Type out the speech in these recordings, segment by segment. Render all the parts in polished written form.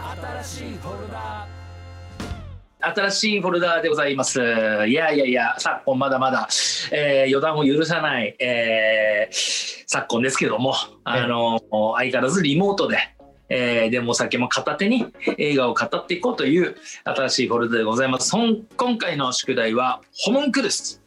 新しいフォルダーでございます。いや昨今まだまだ、予断を許さない、昨今ですけども、相変わらずリモートで、でもお酒も片手に映画を語っていこうという新しいフォルダでございます。今回の宿題はホムンクルス、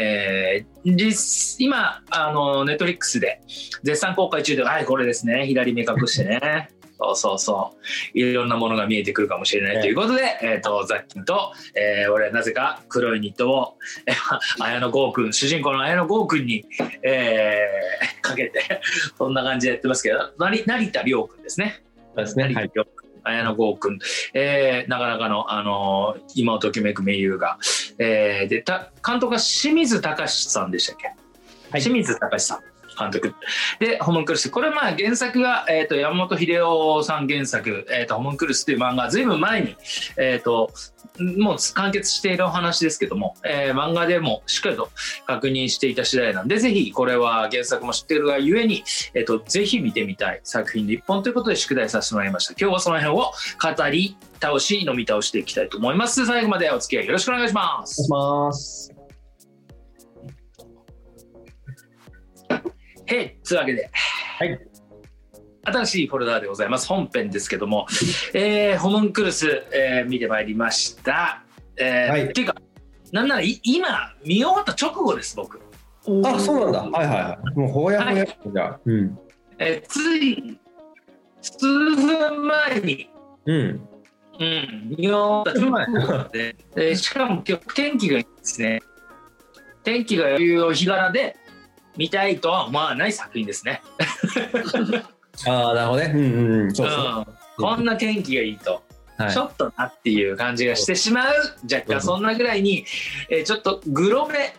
今ネットフリックスで絶賛公開中で、はい、これですね、左目隠してねそういろんなものが見えてくるかもしれないということで、ザッキンと、俺はなぜか黒いニットを綾野剛君、主人公の綾野剛君に、かけてそんな感じでやってますけど、成田凌君ですね。そうですね、成田凌君、綾野剛君、なかなかの、今をときめく名優が、で監督が清水崇さんでしたっけ、はい、清水崇さん監督でホムンクルス、これまあ原作が、山本秀夫さん原作、ホムンクルスという漫画ずいぶん前に、もう完結しているお話ですけども、漫画でもしっかりと確認していた次第なんで、ぜひこれは原作も知っているがゆえに、ぜひ見てみたい作品で一本ということで宿題させてもらいました。今日はその辺を語り倒し飲み倒していきたいと思います。最後までお付き合いよろしくお願いします。 お願いします。 つうわけで、 はい、 新しいフォルダーでございます。本編ですけども、ホムンクルス、見てまいりました。はい、っていうかなんなら今見終わった直後です、僕。 あ、そうなんだ。はいはい。もうほやほやじゃ、うん。 つい数分前に、見終わった直後で、しかも今日天気がいいですね。天気がいう日柄で見たいとは思わない作品ですね。 ああ、なるほどね。そうそう。 こんな天気がいいと、はい、ちょっとなっていう感じがしてしまう、若干そんなぐらいに、ちょっとグロめ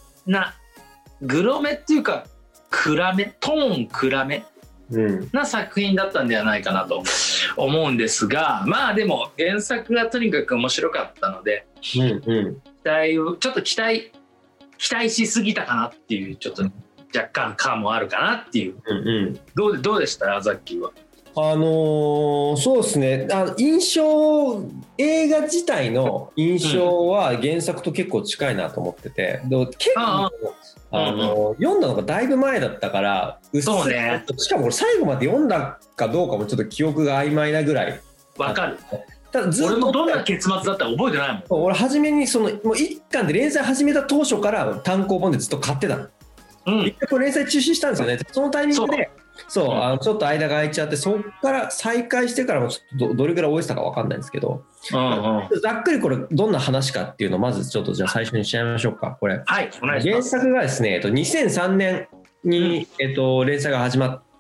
っていうか暗め、トーン暗めな作品だったんではないかなと思うんですが、まあでも原作がとにかく面白かったので、ちょっと期待しすぎたかなっていう、ちょっと若干感もあるかなっていう、どうでしたザッキーは。 そうですね、映画自体の印象は原作と結構近いなと思ってて、結構読んだのがだいぶ前だったからそうね、 しかも俺最後まで読んだかどうかもちょっと記憶が曖昧なぐらい。 わかる。ただ俺もどんな結末だったか覚えてないもん。 俺初めにもう一巻で連載始めた当初から単行本でずっと買ってたの。一回連載中止したんですよね。そのタイミングでちょっと間が空いちゃって、そこから再開してからもちょっとどれぐらい終えてたか分かんないんですけど、ざっくりこれどんな話かっていうのをまずちょっとじゃあ最初にしちゃいましょうか。これ、 はい、お願いします。 原作がですね、2003年に、連載が始まった、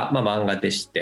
漫画でして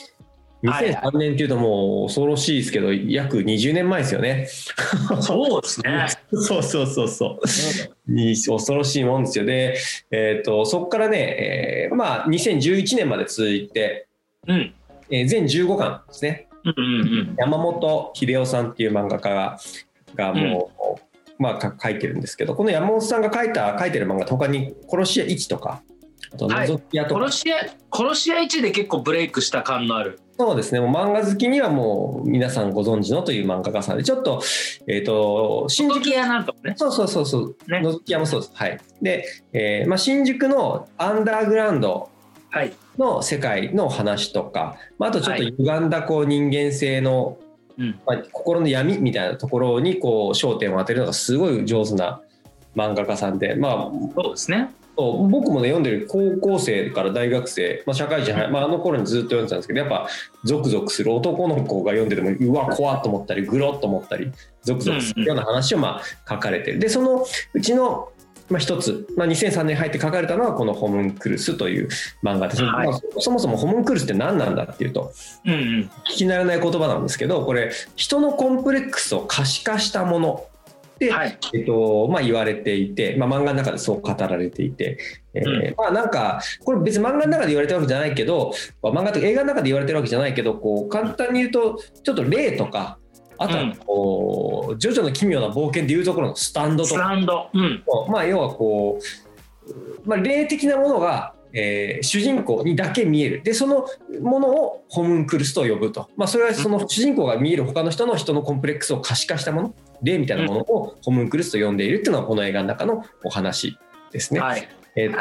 、2003年っていうともう恐ろしいですけど、約20年前ですよね。 そうですね。 そう。恐ろしいもんですよ。で、そこからね、2011年まで続いて、全15巻ですね。山本秀夫さんっていう漫画家がもう、書いてるんですけど、この山本さんが書いてる漫画、他に殺し屋1とか、あと覗き屋とか、殺し屋1で結構ブレイクした感のある。 そうですね、もう漫画好きにはもう皆さんご存知のという漫画家さんで、ちょっと新宿屋なんかもね、 そう、ね、覗き屋もそうです。はい。で、新宿のアンダーグラウンドの世界の話とか、あとちょっと歪んだ人間性の、心の闇みたいなところに焦点を当てるのがすごい上手な漫画家さんで、 そうですね。 僕もね、読んでる高校生から大学生、社会人、あの頃にずっと読んでたんですけど、やっぱゾクゾクする、男の子が読んでてもうわ怖っと思ったり、グロっと思ったり、ゾクゾクするような話を書かれてる。でそのうちの一つ、2003年入って書かれたのはこのホムンクルスという漫画です。そもそもホムンクルスって何なんだっていうと、聞き慣れない言葉なんですけど、これ人のコンプレックスを可視化したもので、言われていて、漫画の中でそう語られていて、なんかこれ別に漫画の中で言われてるわけじゃないけど、漫画とか映画の中で言われてるわけじゃないけど、簡単に言うとちょっと霊とか、あとはジョジョの奇妙な冒険でいうところのスタンドとか、要は霊的なものが主人公にだけ見える。でそのものをホムンクルスと呼ぶと、それはその主人公が見える他の人のコンプレックスを可視化したもの、霊みたいなものをホムンクルスと呼んでいるっていうのがこの映画の中のお話ですね。はい、で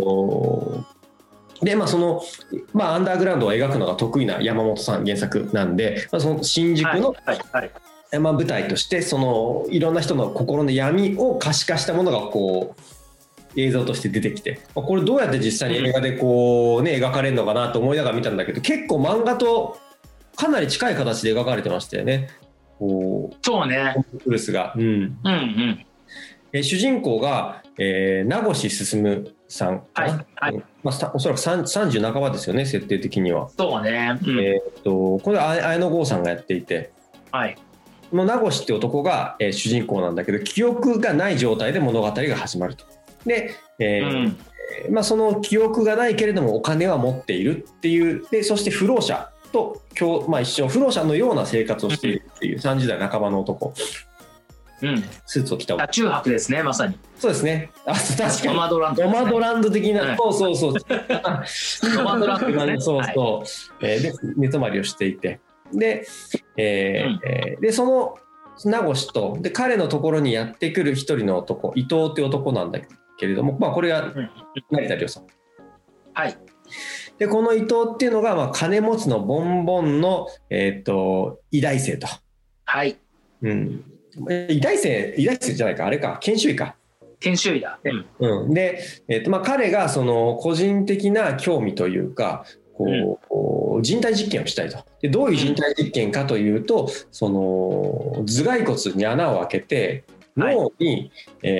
そのアンダーグラウンドを描くのが得意な山本さん原作なんで、その新宿の、舞台としてそのいろんな人の心の闇を可視化したものがこう映像として出てきて、これどうやって実際に映画でこう、描かれるのかなと思いながら見たんだけど、結構漫画とかなり近い形で描かれてましたよね。 そうね。 クルスが、主人公が、名越進さんかな、おそらく30半ばですよね、設定的には。 そうね。 これ綾野剛さんがやっていて、この名越って男が、主人公なんだけど、記憶がない状態で物語が始まると。で、その記憶がないけれどもお金は持っているっていう。でそして不老者と一緒不老者のような生活をしているっていう30代半ばの男、スーツを着た男。中泊ですね、まさに。 そうですね。確かにノマドランド、 ノマドランド的な、そうノマドランドですね。で寝泊まりをしていて、で、でその名越とで彼のところにやってくる一人の男、伊藤っていう男なんだけれども、これが成田凌さん。でこの伊藤っていうのが、金持ちのボンボンの、医大生と。医大生じゃないか、あれか、研修医か。 研修医だ。 で、彼がその個人的な興味というか、人体実験をしたいと。でどういう人体実験かというと、その頭蓋骨に穴を開けて脳に、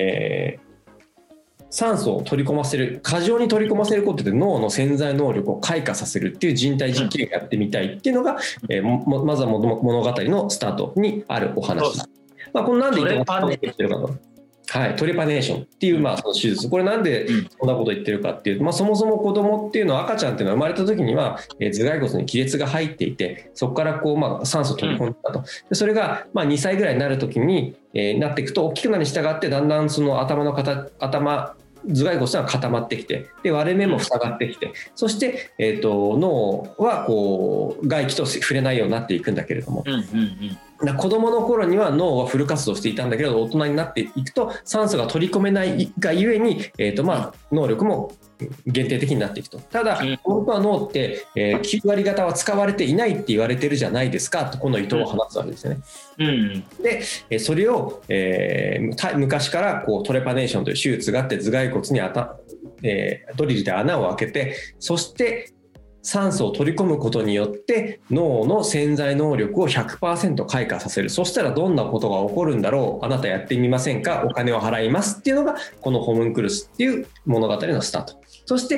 酸素を取り込ませる、過剰に取り込ませることで脳の潜在能力を開花させるっていう人体実験をやってみたいっていうのが、まずは物語のスタートにあるお話。このなんで言ってるかと。トレパネーションっていう、その手術、これなんでそんなこと言ってるかっていうと、そもそも子供っていうのは、赤ちゃんっていうのは生まれた時には、頭蓋骨に亀裂が入っていて、そこから酸素を取り込んでたと。でそれが2歳ぐらいになる時に、なっていくと大きくなるに従って、だんだんその頭頭蓋骨が固まってきて、で割れ目も塞がってきて、そして、脳は外気と触れないようになっていくんだけれども、子供の頃には脳はフル活動していたんだけど、大人になっていくと酸素が取り込めないがゆえに、能力も限定的になっていくと。ただ本当は脳って、9割方は使われていないって言われてるじゃないですかと、この伊藤は話すわけですよね。でそれを、昔からトレパネーションという手術があって、頭蓋骨にドリルで穴を開けて、そして酸素を取り込むことによって脳の潜在能力を 100% 開花させる。そしたらどんなことが起こるんだろう、あなたやってみませんか、お金を払いますっていうのがこのホムンクルスっていう物語のスタート。そして、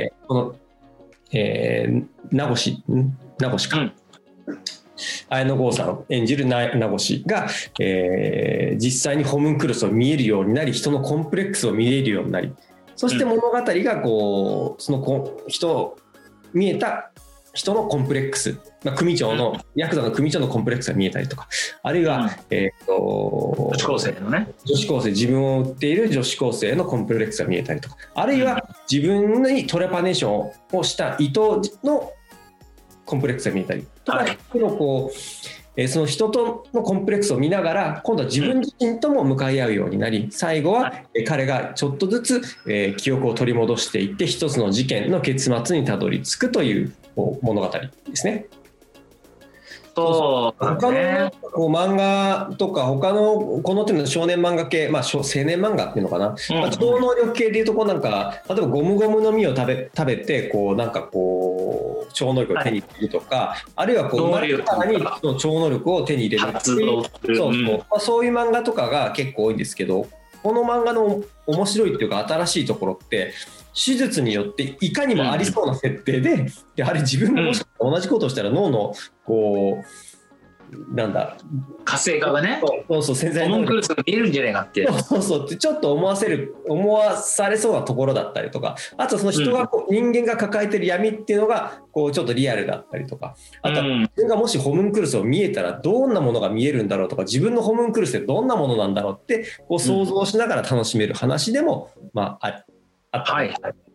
この、名越か、綾野剛さん演じる名越が、実際にホムンクルスを見えるようになり、人のコンプレックスを見えるようになり、そして物語がその見えた人のコンプレックス、組長のヤクザの組長のコンプレックスが見えたりとか、あるいは、 女子高生のね、 自分を売っている女子高生のコンプレックスが見えたりとか、あるいは自分にトレパネーションをした伊藤のコンプレックスが見えたりとか、その人とのコンプレックスを見ながら、今度は自分自身とも向かい合うようになり、最後は彼がちょっとずつ記憶を取り戻していって、一つの事件の結末にたどり着くという物語ですね。他の漫画とか、他のこの手の少年漫画系、青年漫画っていうのかな、超能力系でいうとなんか、例えばゴムゴムの実を食べて超能力を手に入れるとか、あるいは生まれたからに超能力を手に入れるっていう、そういう漫画とかが結構多いんですけど、この漫画の面白いっていうか新しいところって、手術によっていかにもありそうな設定で、やはり自分ももし同じことをしたら脳の活性化がね、 潜在能力ホムンクルスが見えるんじゃないかって、 ってちょっと思わされそうなところだったりとか、あとその人が人間が抱えてる闇っていうのがちょっとリアルだったりとか、あとは自分がもしホムンクルスを見えたらどんなものが見えるんだろうとか、自分のホムンクルスってどんなものなんだろうって想像しながら楽しめる話でもあったり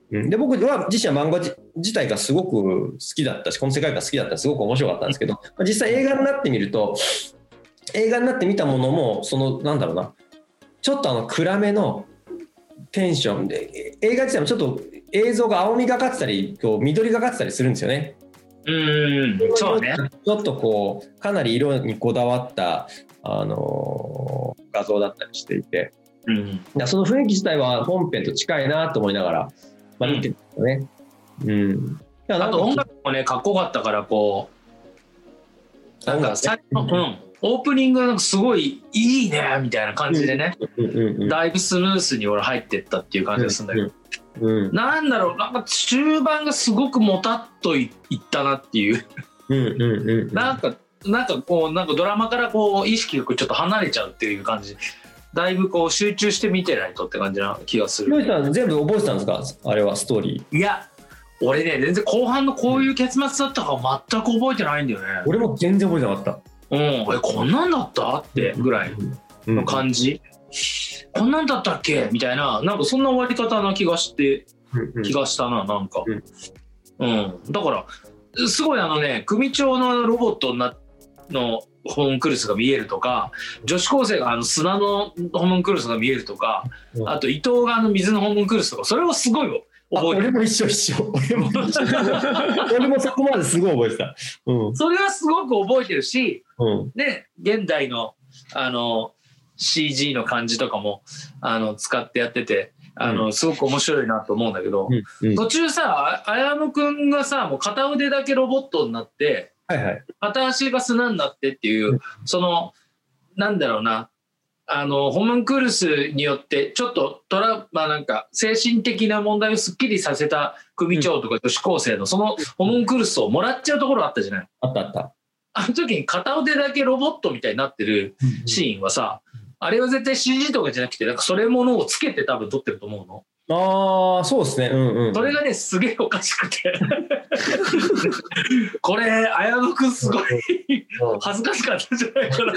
で僕は自身は漫画自体がすごく好きだったし、この世界が好きだったしすごく面白かったんですけど、実際映画になってみると、映画になってみたものもなんだろうな、ちょっと暗めのテンションで、映画自体もちょっと映像が青みがかってたりこう緑がかってたりするんですよね。 そうね。 ちょっとこうかなり色にこだわった、画像だったりしていて、その雰囲気自体は本編と近いなと思いながら、見てたね。 あと音楽もねかっこよかったから、こうなんか最初の、オープニングがすごいいいねみたいな感じでね、だいぶスムースに俺入ってったっていう感じがするんだけど、なんだろう、なんか中盤がすごくもたっといったなっていうなんかこうなんかドラマからこう意識がちょっと離れちゃうっていう感じ、だいぶこう集中して見てないとって感じな気がする。 全部覚えてたんですか、あれはストーリー。 いや俺ね全然後半のこういう結末だったか全く覚えてないんだよね。 俺も全然覚えてなかった。 こんなんだったってぐらいの感じ、こんなんだったっけみたいな、なんかそんな終わり方な気がしたな、なんか、だからすごい組長のロボットのホムンクルスが見えるとか、女子高生が砂のホムンクルスが見えるとか、あと伊藤が水のホムンクルスとか、それをすごい覚えてる。 俺も一緒俺もそこまですごい覚えてた、 それはすごく覚えてるし、で現代のCG の感じとかも使ってやってて、すごく面白いなと思うんだけど、途中さ綾野くんがさもう片腕だけロボットになって、片足が砂になってっていう、なんだろうな、ホムンクルスによってちょっとなんか精神的な問題をすっきりさせた組長とか女子高生のそのホムンクルスをもらっちゃうところあったじゃない。 あった。 あの時に片腕だけロボットみたいになってるシーンはさ、あれは絶対 CG とかじゃなくて、なんかそれものをつけて多分撮ってると思うの。 そうですね。 それがねすげえおかしくてこれ綾野くんすごい恥ずかしかったんじゃないかな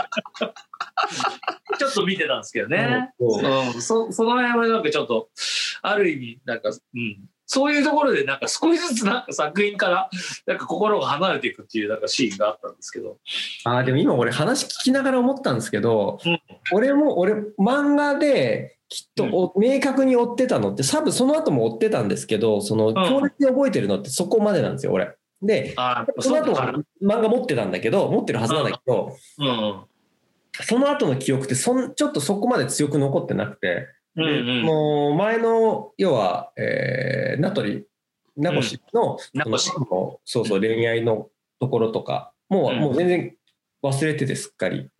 ちょっと見てたんですけどね。その辺はなんかちょっとある意味なんか、そういうところでなんか少しずつなんか作品からなんか心が離れていくっていうなんかシーンがあったんですけど。 でも今俺話聞きながら思ったんですけど、俺漫画できっと明確に追ってたのって、多分その後も追ってたんですけど、強烈に覚えてるのってそこまでなんですよ俺で。その後漫画持ってるはずなんだけど、その後の記憶ってちょっとそこまで強く残ってなくて、もう前の要は、名越の恋愛のところとかもう全然忘れててすっかり。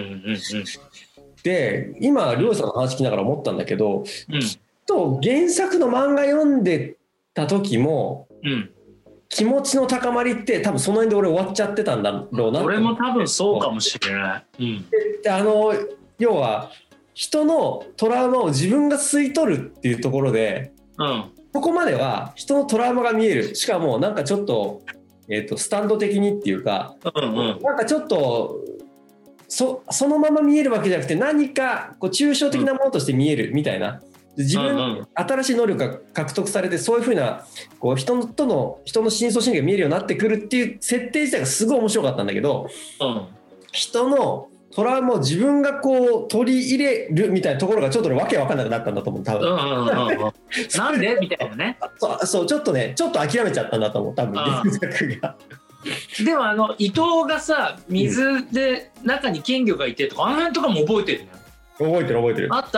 で今りょうさんの話聞きながら思ったんだけど、きっと原作の漫画読んでた時も、気持ちの高まりって多分その辺で俺終わっちゃってたんだろうな。 俺も多分そうかもしれない。 要は人のトラウマを自分が吸い取るっていうところで、そこまでは人のトラウマが見える。しかもなんかちょっと、スタンド的にっていうか、なんかちょっとそのまま見えるわけじゃなくて、何かこう抽象的なものとして見えるみたいな、自分に新しい能力が獲得されて、そういうふうなこう人の深層心理が見えるようになってくるっていう設定自体がすごい面白かったんだけど、人のトラウマを自分がこう取り入れるみたいなところがちょっとわけわかんなくなったんだと思う多分。 なんでみたいなね。 そうちょっと諦めちゃったんだと思う多分原作が。 でも伊藤がさ水で中に金魚がいてとか、あの辺とかも覚えてるのよ。 覚えてる。 あった。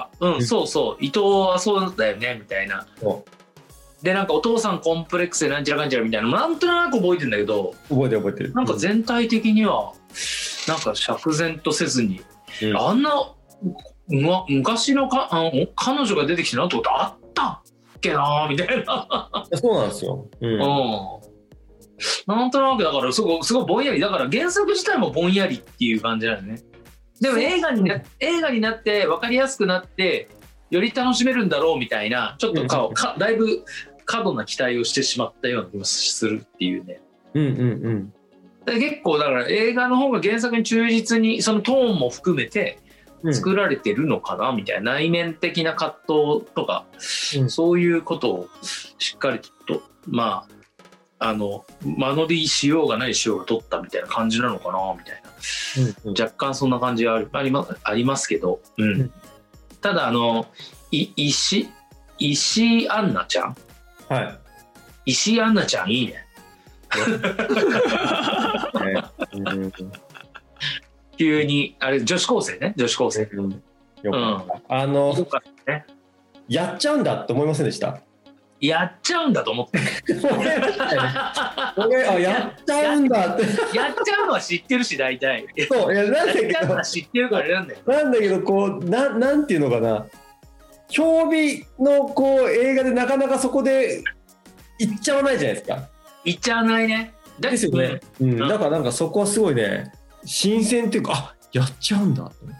そう伊藤はそうだよねみたいな。でなんかお父さんコンプレックスでなんちゃらかんちゃらみたいなのなんとなく覚えてるんだけど、 覚えてる。 なんか全体的にはなんか釈然とせずに、あんな昔の彼女が出てきてなんてことあったっけなみたいな。 そうなんですよ。 なんとなくだからすごいぼんやりだから、原作自体もぼんやりっていう感じなんだよね。でも映画になって分かりやすくなってより楽しめるんだろうみたいな、ちょっとだいぶ過度な期待をしてしまったような気もするっていうね。で結構だから映画の方が原作に忠実にそのトーンも含めて作られてるのかなみたいな、内面的な葛藤とか、そういうことをしっかりとまあ間延びしようがないしようが取ったみたいな感じなのかなみたいな、若干そんな感じがありますけど、ただ石井杏奈ちゃん、石井杏奈ちゃんいいね。急にあれ女子高生。 よかった。やっちゃうんだって思いませんでした？ やっちゃうんだと思って。 俺やっちゃうんだって。 やっちゃうのは知ってるし大体。 そう、いやなんだけど。 やっちゃうのは知ってるからなんだよ。 なんだけどこうなんていうのかな。競技のこう映画でなかなかそこで行っちゃわないじゃないですか。 行っちゃわないね。 ですよね。だからなんかそこはすごいね新鮮っていうかやっちゃうんだと思って。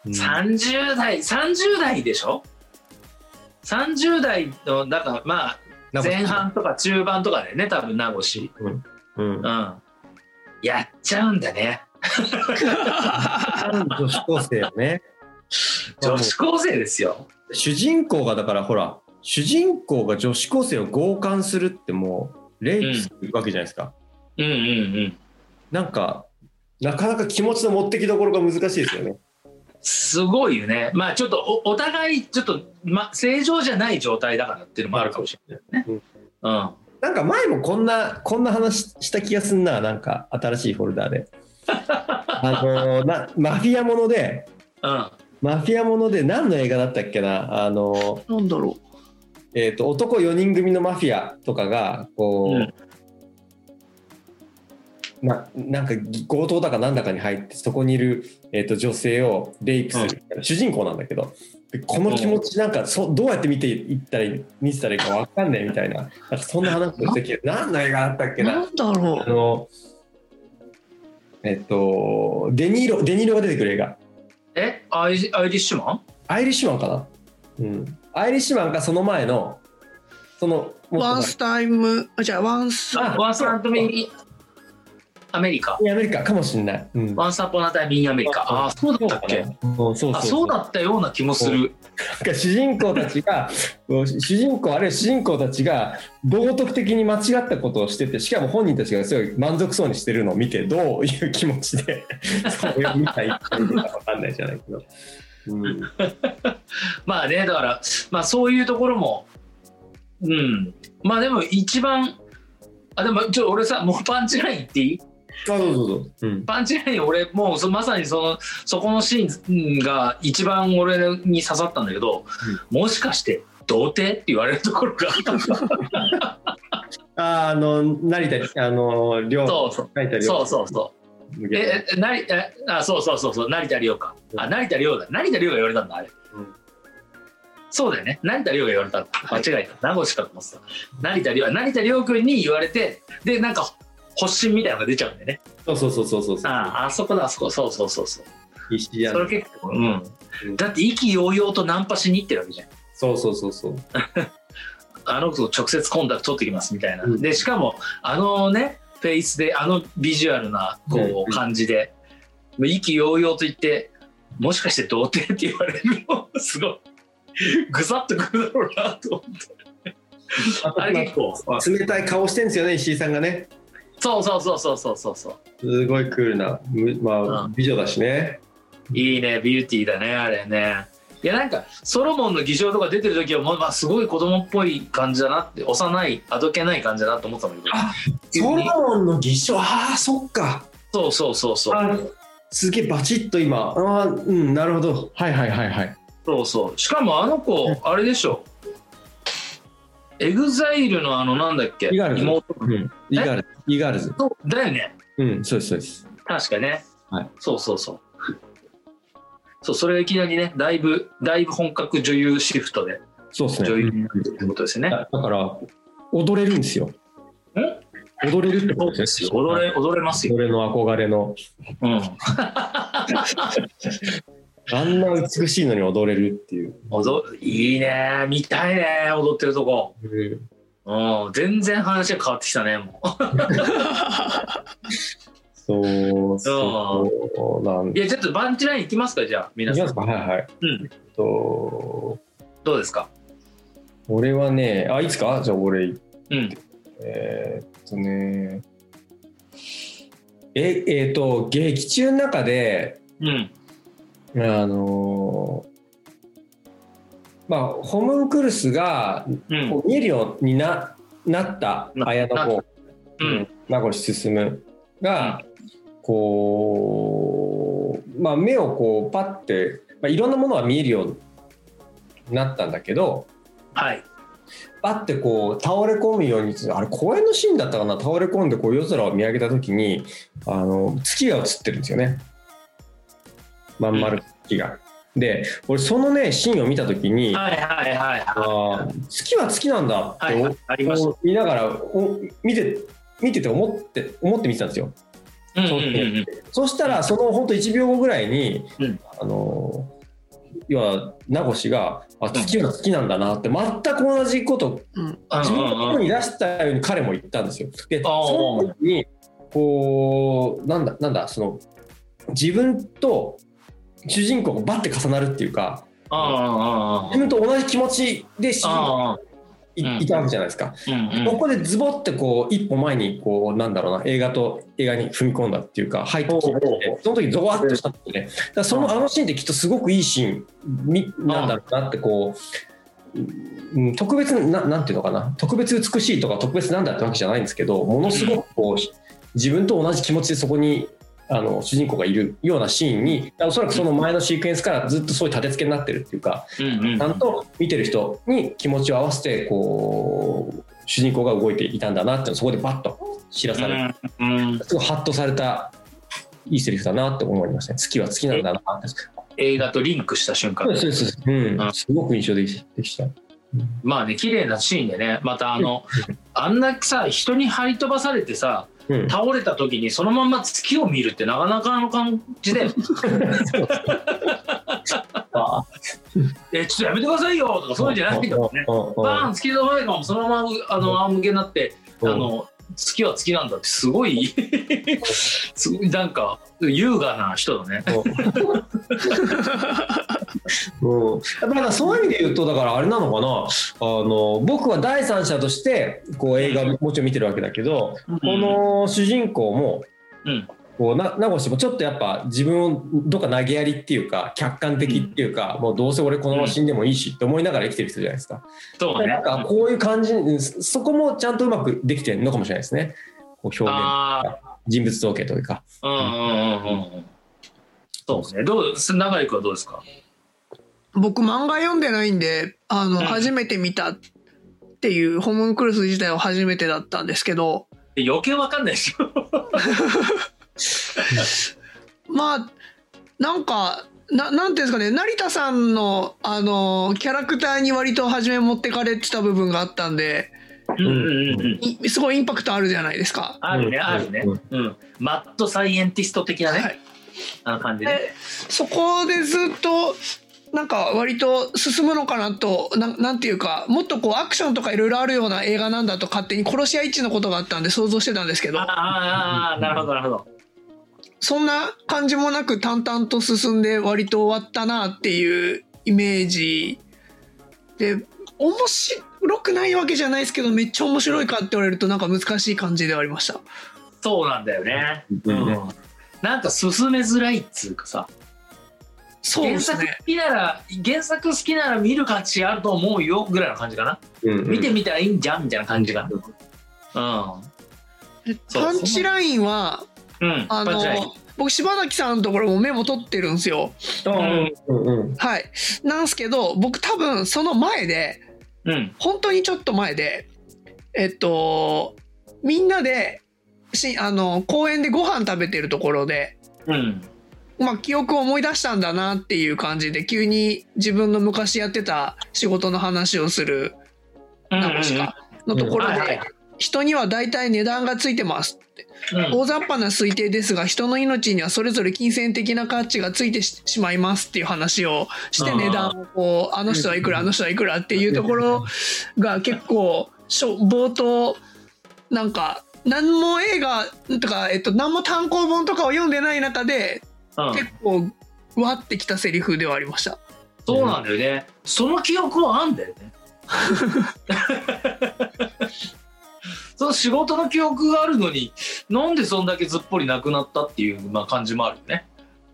30代でしょ。30代のだからまあ前半とか中盤とかでね多分名越、やっちゃうんだね。 女子高生よね。 女子高生ですよ。 主人公がだからほら主人公が女子高生を強姦するってもうレイプするわけじゃないですか。なんかなかなか気持ちの持ってきどころが難しいですよね。 すごいよね。まあちょっと お互いちょっと、正常じゃない状態だからっていうのもあるかもしれないね。 なんか前もこんな話した気がすんな。なんか新しいフォルダでマフィアもので、マフィアもので何の映画だったっけな。なんだろう。男4人組のマフィアとかがこう、なんか強盗だかなんだかに入ってそこにいる、女性をレイプする、主人公なんだけど、この気持ちなんかどうやって見てたらいいか分かんないみたいな、なんかそんな話をしてきて、何の映画だったっけな。なんだろう。デニーロが出てくる映画。 アイリッシュマン？ アイリッシュマンかな。アイリッシュマンかその前のワンスタイムワンスタイムアメリカかもしれない。 ワンサポナタイムインアメリカ。そうだったっけ？そうだったような気もする。 主人公たちが道徳的に間違ったことをしてて、しかも本人たちがすごい満足そうにしてるのを見てどういう気持ちでそれを見たいか分かんないじゃないけど。 まあね、だからまあそういうところもまあでも一番でも俺さもうパンチライン言っていい？ どうぞ。 パンチライン俺もうまさにそこのシーンが一番俺に刺さったんだけど、もしかして童貞って言われるところが成田亮そう成田亮か。成田亮が言われたんだあれ。そうだよね。成田凌が言われた。間違えた。名越かと思ってた。成田凌君に言われて、でなんか発疹みたいなのが出ちゃうんでね。 そう。 あそこだ、あそこ。そう。それ結構、だって意気揚々とナンパしに行ってるわけじゃん。そう。あの子と直接コンタクト取ってきますみたいな。でしかもねフェイスでビジュアルなこう感じで、意気揚々と言って、もしかして童貞って言われるのすごい。ぐさっとくるだろうなと思ってあれ結構冷たい顔してるんですよね、石井さんがね。 そうすごいクールな、美女だしね。 いいね、ビューティーだねあれね。いやなんかソロモンの偽証とか出てる時はすごい子供っぽい感じだなって、幼いあどけない感じだなと思ってたんだけど、 ソロモンの偽証、そっか。 そうすげえバチッと今なるほど、はい。 そうしかもあの子あれでしょ、エグザイルのなんだっけ、 妹、イガールズそうだよね。 そうです。 確かね、そうそれがいきなりねだいぶ本格女優シフトで女優になるってことですよね。 だから踊れるんですよ。踊れるってことですよ。 踊れますよ。 俺の憧れのあんな美しいのに踊れるっていう。 いいね、見たいね、踊ってるとこ。全然話が変わってきたね、もう。 そうなんいやちょっとバンチラインいきますかじゃあ皆さん。 いきますか。はいはい。 うんどうですか。 俺はね、いつかじゃあ俺、 うんね劇中の中で、ホムンクルスがこう見えるようになった綾野剛、名越進がこう、目をこうパッて、いろんなものが見えるようになったんだけど、 はい、 パッてこう倒れ込むように、あれ公園のシーンだったかな、倒れ込んでこう夜空を見上げた時に月が映ってるんですよね、まん丸月が。で俺そのねシーンを見た時に、月は月なんだって、見ながら見てて思って見てたんですよ。そしたらその本当1秒後ぐらいに、要は名越が月は月なんだなって全く同じこと自分の心に出したように彼も言ったんですよ。でその時にこうなんだその自分と主人公がバッて重なるっていうか、自分と同じ気持ちでいたわけじゃないですか。ここでズボってこう一歩前にこうなんだろうな、映画に踏み込んだっていうか入ってきて、その時ゾワッとしたんですよね。だからそのシーンってきっとすごくいいシーンなんだろうなってこう、特別なんていうのかな、特別美しいとか特別なんだってわけじゃないんですけど、ものすごくこう自分と同じ気持ちでそこに主人公がいるようなシーンに、おそらくその前のシークエンスからずっとそういう立て付けになってるっていうか、ちゃんと見てる人に気持ちを合わせてこう主人公が動いていたんだなっていうのをそこでバッと知らされる、すごいハッとされたいいセリフだなって思いましたね。月は月なんだなって映画とリンクした瞬間、 すごく印象的でした。 まあね、綺麗なシーンでね、またあんなさ人に張り飛ばされてさ、倒れた時にそのまま月を見るってなかなかの感じでちょっとやめてくださいよとかそういうんじゃないんだもんね。バーン月の前がそのまま仰向けになって月は月なんだってすごいなんか優雅な人だね。 だからそういう意味で言うと、だからあれなのかな、僕は第三者としてこう映画もちろん見てるわけだけど、この主人公も、こう名越もちょっとやっぱ自分をどっか投げやりっていうか客観的っていうか、もうどうせ俺このまま死んでもいいしって思いながら生きてる人じゃないですか。そうね、なんかこういう感じ、そこもちゃんとうまくできてるのかもしれないですね。こう表現とか人物造形というか。 そうですね。永井君はどうですか？ 僕漫画読んでないんで初めて見たっていうホムンクルス自体は初めてだったんですけど、 余計わかんないでしょ。 まあなんかなんていうんですかね、成田さんのキャラクターに割と初め持ってかれてた部分があったんで、すごいインパクトあるじゃないですか。 あるね。マッドサイエンティスト的なね、感じで、 そこでずっとなんか割と進むのかなと、なんていうか、もっとこうアクションとかいろいろあるような映画なんだと勝手に殺し屋一のことがあったんで想像してたんですけど、 なるほどなるほど。 そんな感じもなく淡々と進んで割と終わったなっていうイメージで、面白くないわけじゃないですけどめっちゃ面白いかって言われるとなんか難しい感じではありました。 そうなんだよね、なんか進めづらいっつうかさ、そうですね、原作好きなら見る価値あると思うよぐらいの感じかな、見てみたらいいんじゃんみたいな感じかな。 パンチラインは僕柴崎さんのところもメモ取ってるんですよ。はい、なんすけど僕多分その前で、本当にちょっと前でみんなで公園でご飯食べてるところで、記憶を思い出したんだなっていう感じで急に自分の昔やってた仕事の話をする直かのところで、人には大体値段がついてますって、大雑把な推定ですが人の命にはそれぞれ金銭的な価値がついてしまいますっていう話をして値段をこうあの人はいくらあの人はいくらっていうところが結構冒頭なんか何も映画とか、何も単行本とかを読んでない中で、結構わってきたセリフではありました。 そうなんだよね。その記憶はあんだよね。その仕事の記憶があるのに、なんでそんだけずっぽりなくなったっていう、まあ、感じもあるよね。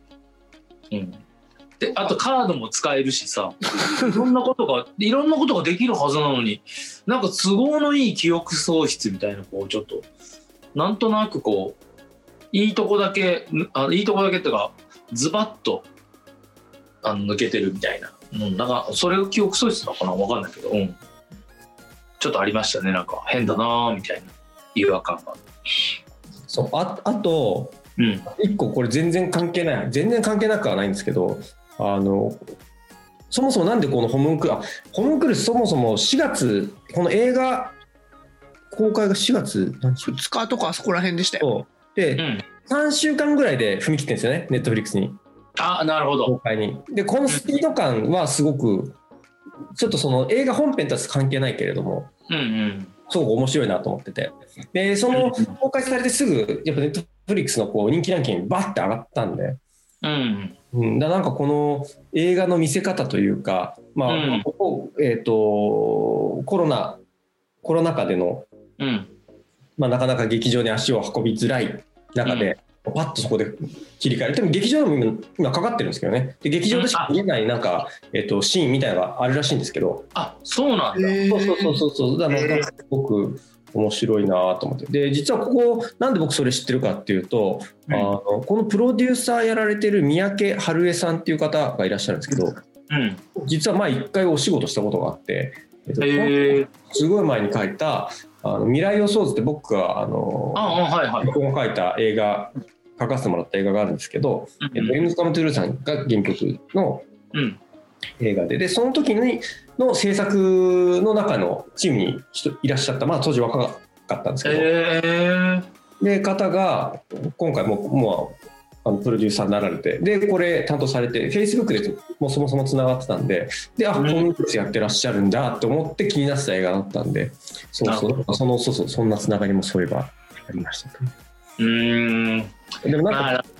で、あとカードも使えるしさ、いろんなことができるはずなのに、なんか都合のいい記憶喪失みたいな、こうちょっとなんとなくこういいとこだけっていうか、ズバッと抜けてるみたいな、なんかそれを記憶喪失なのかな、分かんないけど、ちょっとありましたね。なんか変だなみたいな違和感が。 そう、あと、一個これ全然関係なくはないんですけど、そもそもなんでこのホムンクルスそもそも4月、この映画公開が4月 2日とかそこら辺でしたよ。 で、3週間ぐらいで踏み切ってるんですよね、ネットフリックスに。 なるほど。 公開に。で、このスピード感はすごく、ちょっとその映画本編とは関係ないけれども、すごく面白いなと思ってて。で、その公開されてすぐ、やっぱネットフリックスのこう人気ランキングバッて上がったんで、なんかこの映画の見せ方というか、まあ、コロナ禍での、まあ、なかなか劇場に足を運びづらい中で、パッとそこで切り替える。でも劇場でも今かかってるんですけどね。で劇場でしか見えないなんか、シーンみたいなのがあるらしいんですけど。 そうなんだ。 そう。だからすごく面白いなと思って。で実はここなんで僕それ知ってるかっていうと、このプロデューサーやられてる三宅春江さんっていう方がいらっしゃるんですけど、実は前一回お仕事したことがあって、すごい前に書いた未来予想図って僕が僕が書いた映画書かせてもらった映画があるんですけど、エムズ・カム・トゥルーさんが原曲の映画で、その時の制作の中のチームにいらっしゃった、まあ当時若かったんですけど、で方が今回もうプロデューサーになられて、でこれ担当されて Facebook でもうそもそもつながってたんで、コミックスやってらっしゃるんだと思って気になってた映画だったんで、そんなつながりもそういえばありました。でもなんか、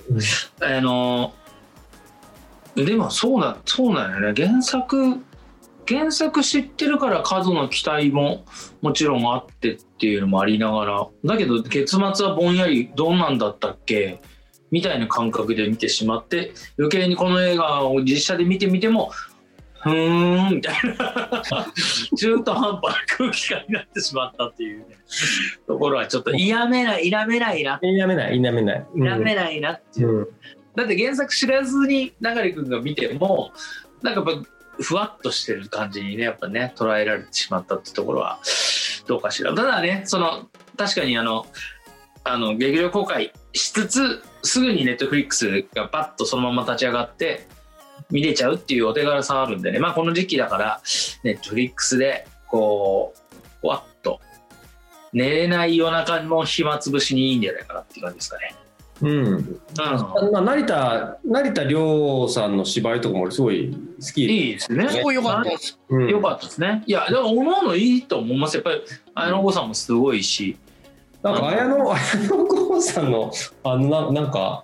でもそうなんよね。原作知ってるから数の期待ももちろんあってっていうのもありながら、だけど結末はぼんやりどうなんだったっけみたいな感覚で見てしまって、余計にこの映画を実写で見てみてもみたいな中途半端な空気感になってしまったっていうねところはちょっと否めないなっていう、だって原作知らずに流君が見てもなんかやっぱふわっとしてる感じにね、やっぱね捉えられてしまったってところはどうかしら。ただね、確かに劇場公開しつつすぐにネットフリックスがパッとそのまま立ち上がって見れちゃうっていうお手軽さあるんでね、まあこの時期だからネットフリックスでこうわっと寝れない夜中の暇つぶしにいいんじゃないかなっていう感じですかね。 成田凌さんの芝居とかも俺すごい好き。 いいですね。 すごい良かったです。 良かったですね。いやでもおのおのいいと思います。やっぱり綾野剛さんもすごいし、 なんか綾野剛さんのなんか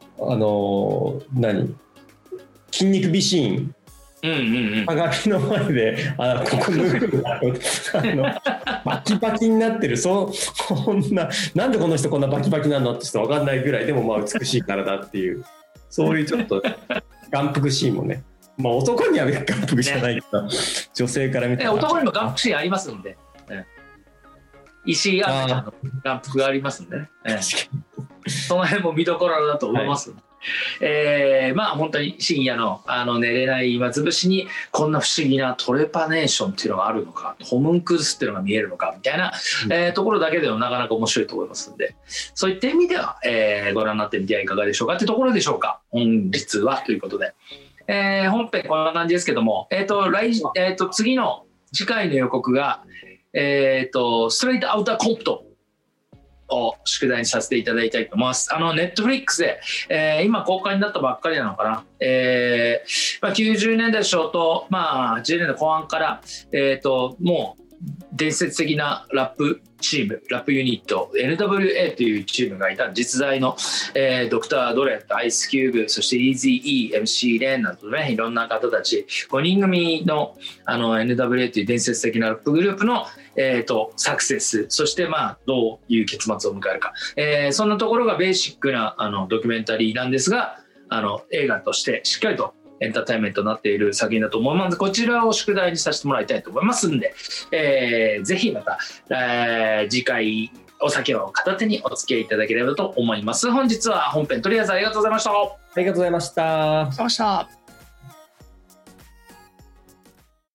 筋肉美シーン、鏡の前でここ脱ぐバキバキになってる、なんでこの人こんなバキバキなのって人分かんないぐらいでもまあ美しい体っていう、そういうちょっと眼福シーンもね、まあ男には眼福じゃないけど、女性から見て男にも眼福シーンありますんで、石井杏奈ちゃんの眼福がありますんでね、その辺も見どころだと思います、まあ本当に深夜の寝れない暇つぶしにこんな不思議なトレパネーションっていうのがあるのか、ホムンクルスっていうのが見えるのかみたいな、ところだけでもなかなか面白いと思いますんで、そういった意味では、ご覧になってみてはいかがでしょうかというところでしょうか。本日はということで、本編こんな感じですけども、次回の予告がストレートアウターコンプトを宿題にさせていただきたいと思います。ネットフリックスで、今公開になったばっかりなのかな、90年代初頭、80年代後半から、もう伝説的なラップチーム、ラップユニット NWA というチームがいた実在の、ドクター・ドレ、アイスキューブ、そして Eazy-E、MC レンなどね、いろんな方たち5人組の、NWA という伝説的なラップグループの、サクセス、そしてどういう結末を迎えるか、そんなところがベーシックなドキュメンタリーなんですが、映画としてしっかりとエンターテインメントになっている作品だと思います。こちらを宿題にさせてもらいたいと思いますんで、ぜひまた、次回お酒を片手にお付き合いいただければと思います。本日は本編とりあえずありがとうございました。 ありがとうございました。 そうした。